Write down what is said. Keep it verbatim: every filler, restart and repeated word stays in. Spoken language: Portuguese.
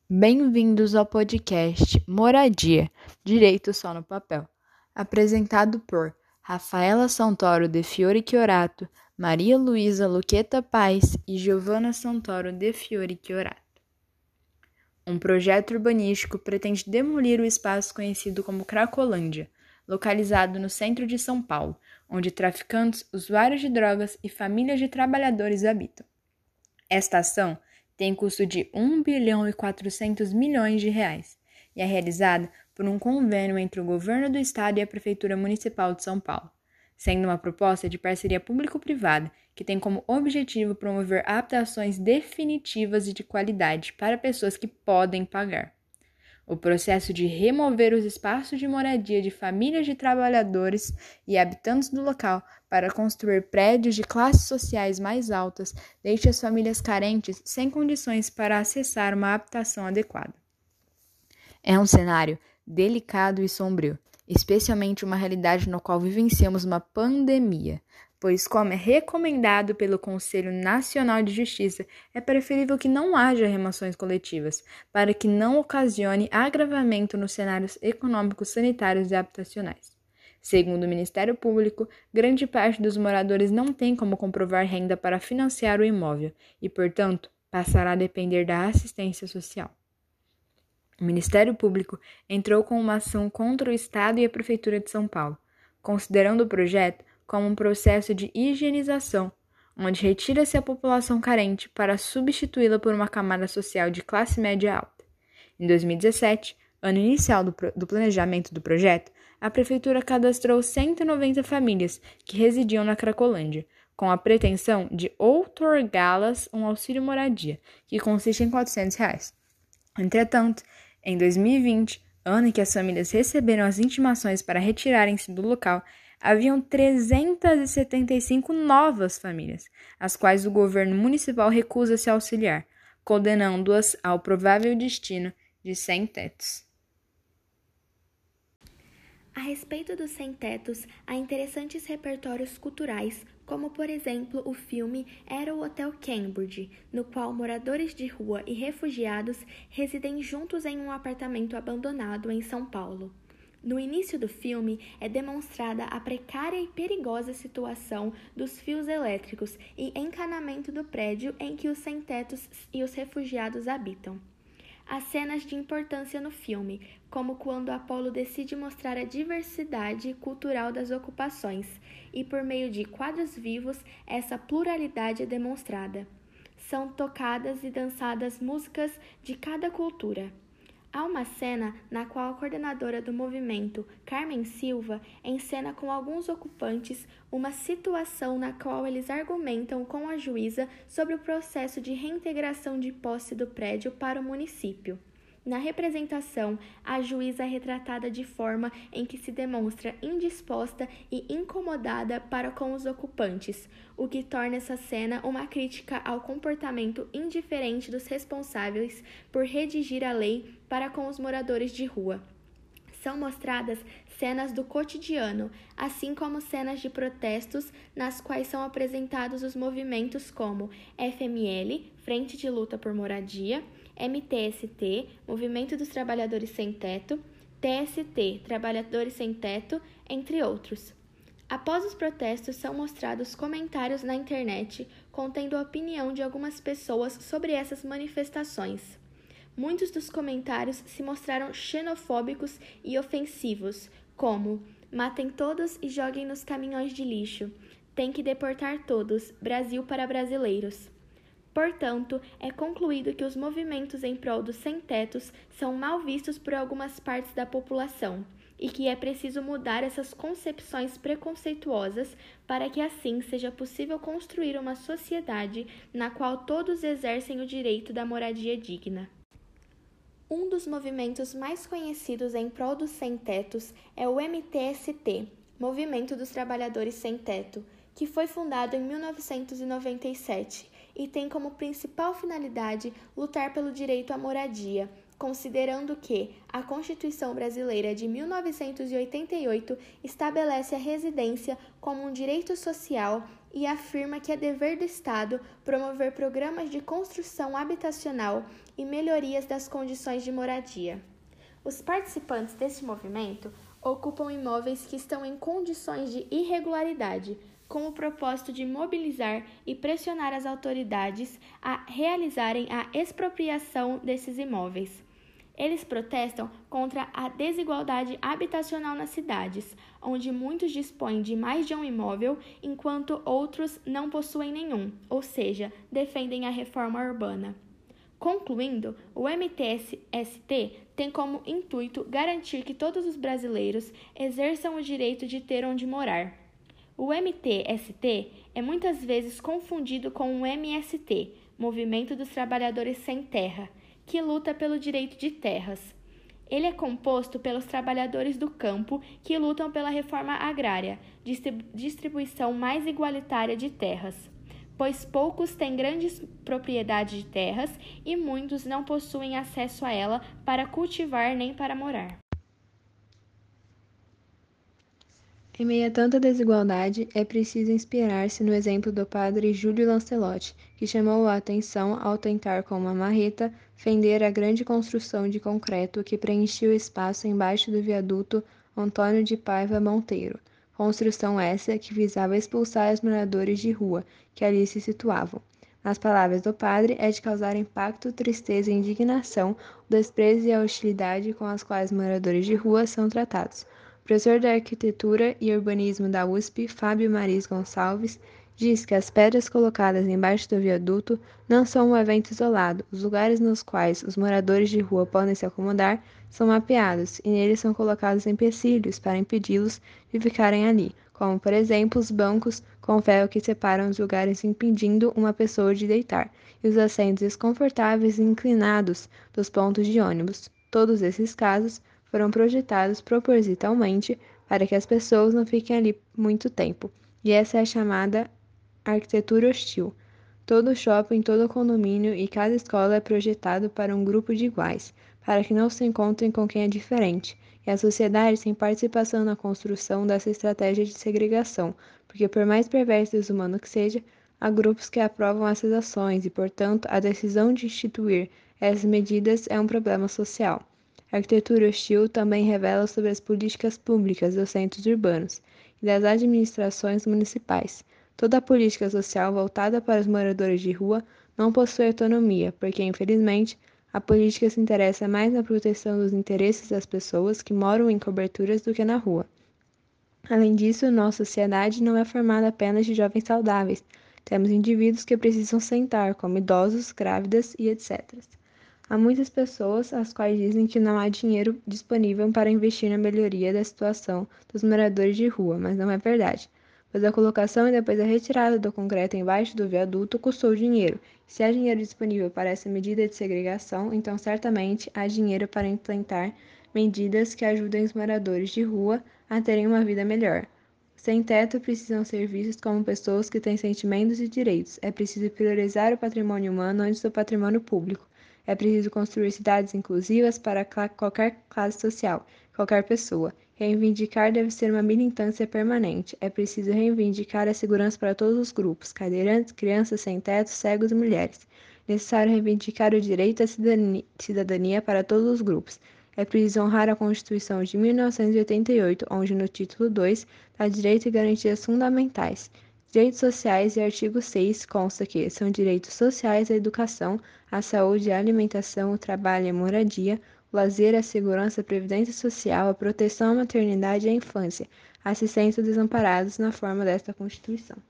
Bem-vindos ao podcast Moradia, Direito Só no Papel, apresentado por Rafaela Santoro de Fiore Chiorato, Maria Luísa Luqueta Paes e Giovana Santoro de Fiore Chiorato. Um projeto urbanístico pretende demolir o espaço conhecido como Cracolândia, localizado no centro de São Paulo, onde traficantes, usuários de drogas e famílias de trabalhadores habitam. Esta ação tem custo de um bilhão e quatrocentos milhões de reais e é realizada por um convênio entre o governo do estado e a Prefeitura Municipal de São Paulo, sendo uma proposta de parceria público-privada que tem como objetivo promover adaptações definitivas e de qualidade para pessoas que podem pagar. O processo de remover os espaços de moradia de famílias de trabalhadores e habitantes do local para construir prédios de classes sociais mais altas deixa as famílias carentes sem condições para acessar uma habitação adequada. É um cenário delicado e sombrio, especialmente uma realidade na qual vivenciamos uma pandemia, pois, como é recomendado pelo Conselho Nacional de Justiça, é preferível que não haja remoções coletivas, para que não ocasione agravamento nos cenários econômicos, sanitários e habitacionais. Segundo o Ministério Público, grande parte dos moradores não tem como comprovar renda para financiar o imóvel e, portanto, passará a depender da assistência social. O Ministério Público entrou com uma ação contra o Estado e a Prefeitura de São Paulo, considerando o projeto como um processo de higienização, onde retira-se a população carente para substituí-la por uma camada social de classe média alta. Em dois mil e dezessete, ano inicial do, do planejamento do projeto, a Prefeitura cadastrou cento e noventa famílias que residiam na Cracolândia, com a pretensão de outorgá-las um auxílio moradia, que consiste em quatrocentos reais. Entretanto, em dois mil e vinte, ano em que as famílias receberam as intimações para retirarem-se do local, haviam trezentas e setenta e cinco novas famílias, as quais o governo municipal recusa-se a auxiliar, condenando-as ao provável destino de sem-tetos. A respeito dos sem-tetos, há interessantes repertórios culturais, como, por exemplo, o filme Era o Hotel Cambridge, no qual moradores de rua e refugiados residem juntos em um apartamento abandonado em São Paulo. No início do filme, é demonstrada a precária e perigosa situação dos fios elétricos e encanamento do prédio em que os sem-tetos e os refugiados habitam. Há cenas de importância no filme, como quando Apolo decide mostrar a diversidade cultural das ocupações, e por meio de quadros vivos, essa pluralidade é demonstrada. São tocadas e dançadas músicas de cada cultura. Há uma cena na qual a coordenadora do movimento, Carmen Silva, encena com alguns ocupantes uma situação na qual eles argumentam com a juíza sobre o processo de reintegração de posse do prédio para o município. Na representação, a juíza é retratada de forma em que se demonstra indisposta e incomodada para com os ocupantes, o que torna essa cena uma crítica ao comportamento indiferente dos responsáveis por redigir a lei para com os moradores de rua. São mostradas cenas do cotidiano, assim como cenas de protestos nas quais são apresentados os movimentos como F M L, Frente de Luta por Moradia, M T S T, Movimento dos Trabalhadores Sem Teto, T S T, Trabalhadores Sem Teto, entre outros. Após os protestos, são mostrados comentários na internet contendo a opinião de algumas pessoas sobre essas manifestações. Muitos dos comentários se mostraram xenofóbicos e ofensivos, como matem todos e joguem nos caminhões de lixo, tem que deportar todos, Brasil para brasileiros. Portanto, é concluído que os movimentos em prol dos sem-tetos são mal vistos por algumas partes da população e que é preciso mudar essas concepções preconceituosas para que assim seja possível construir uma sociedade na qual todos exercem o direito da moradia digna. Um dos movimentos mais conhecidos em prol dos sem-tetos é o M T S T, Movimento dos Trabalhadores Sem Teto, que foi fundado em mil novecentos e noventa e sete e tem como principal finalidade lutar pelo direito à moradia, considerando que a Constituição Brasileira de mil novecentos e oitenta e oito estabelece a residência como um direito social e afirma que é dever do Estado promover programas de construção habitacional e melhorias das condições de moradia. Os participantes deste movimento ocupam imóveis que estão em condições de irregularidade, com o propósito de mobilizar e pressionar as autoridades a realizarem a expropriação desses imóveis. Eles protestam contra a desigualdade habitacional nas cidades, onde muitos dispõem de mais de um imóvel, enquanto outros não possuem nenhum, ou seja, defendem a reforma urbana. Concluindo, o M T S T tem como intuito garantir que todos os brasileiros exerçam o direito de ter onde morar. O M T S T é muitas vezes confundido com o M S T, Movimento dos Trabalhadores Sem Terra, que luta pelo direito de terras. Ele é composto pelos trabalhadores do campo que lutam pela reforma agrária, distribuição mais igualitária de terras, pois poucos têm grandes propriedades de terras e muitos não possuem acesso a ela para cultivar nem para morar. Em meio a tanta desigualdade, é preciso inspirar-se no exemplo do padre Júlio Lancelotti, que chamou a atenção ao tentar com uma marreta fender a grande construção de concreto que preenchia o espaço embaixo do viaduto Antônio de Paiva Monteiro, construção essa que visava expulsar os moradores de rua que ali se situavam. Nas palavras do padre, é de causar impacto, tristeza e indignação o desprezo e a hostilidade com as quais moradores de rua são tratados. O professor de Arquitetura e Urbanismo da U S P, Fábio Maris Gonçalves, diz que as pedras colocadas embaixo do viaduto não são um evento isolado. Os lugares nos quais os moradores de rua podem se acomodar são mapeados e neles são colocados empecilhos para impedi-los de ficarem ali, como, por exemplo, os bancos com véu que separam os lugares impedindo uma pessoa de deitar, e os assentos desconfortáveis e inclinados dos pontos de ônibus. Todos esses casos foram projetados propositalmente para que as pessoas não fiquem ali muito tempo, e essa é a chamada arquitetura hostil. Todo shopping, todo condomínio e cada escola é projetado para um grupo de iguais, para que não se encontrem com quem é diferente, e a sociedade tem participação na construção dessa estratégia de segregação, porque por mais perverso e desumano que seja, há grupos que aprovam essas ações e, portanto, a decisão de instituir essas medidas é um problema social. A arquitetura hostil também revela sobre as políticas públicas dos centros urbanos e das administrações municipais. Toda política social voltada para os moradores de rua não possui autonomia, porque, infelizmente, a política se interessa mais na proteção dos interesses das pessoas que moram em coberturas do que na rua. Além disso, nossa sociedade não é formada apenas de jovens saudáveis. Temos indivíduos que precisam sentar, como idosos, grávidas e etcétera. Há muitas pessoas as quais dizem que não há dinheiro disponível para investir na melhoria da situação dos moradores de rua, mas não é verdade, pois a colocação e depois a retirada do concreto embaixo do viaduto custou dinheiro. E se há dinheiro disponível para essa medida de segregação, então certamente há dinheiro para implantar medidas que ajudem os moradores de rua a terem uma vida melhor. Os sem-teto precisam ser vistos como pessoas que têm sentimentos e direitos. É preciso priorizar o patrimônio humano antes do patrimônio público. É preciso construir cidades inclusivas para qualquer classe social, qualquer pessoa. Reivindicar deve ser uma militância permanente. É preciso reivindicar a segurança para todos os grupos, cadeirantes, crianças sem teto, cegos e mulheres. Necessário reivindicar o direito à cidadania para todos os grupos. É preciso honrar a Constituição de mil novecentos e oitenta e oito, onde no título dois dá direito e garantias fundamentais. Direitos sociais e artigo seis consta que são direitos sociais à educação, à saúde, à alimentação, ao trabalho e à moradia, o lazer, a segurança, a previdência social, a proteção à maternidade e à infância, assistência aos desamparados na forma desta Constituição.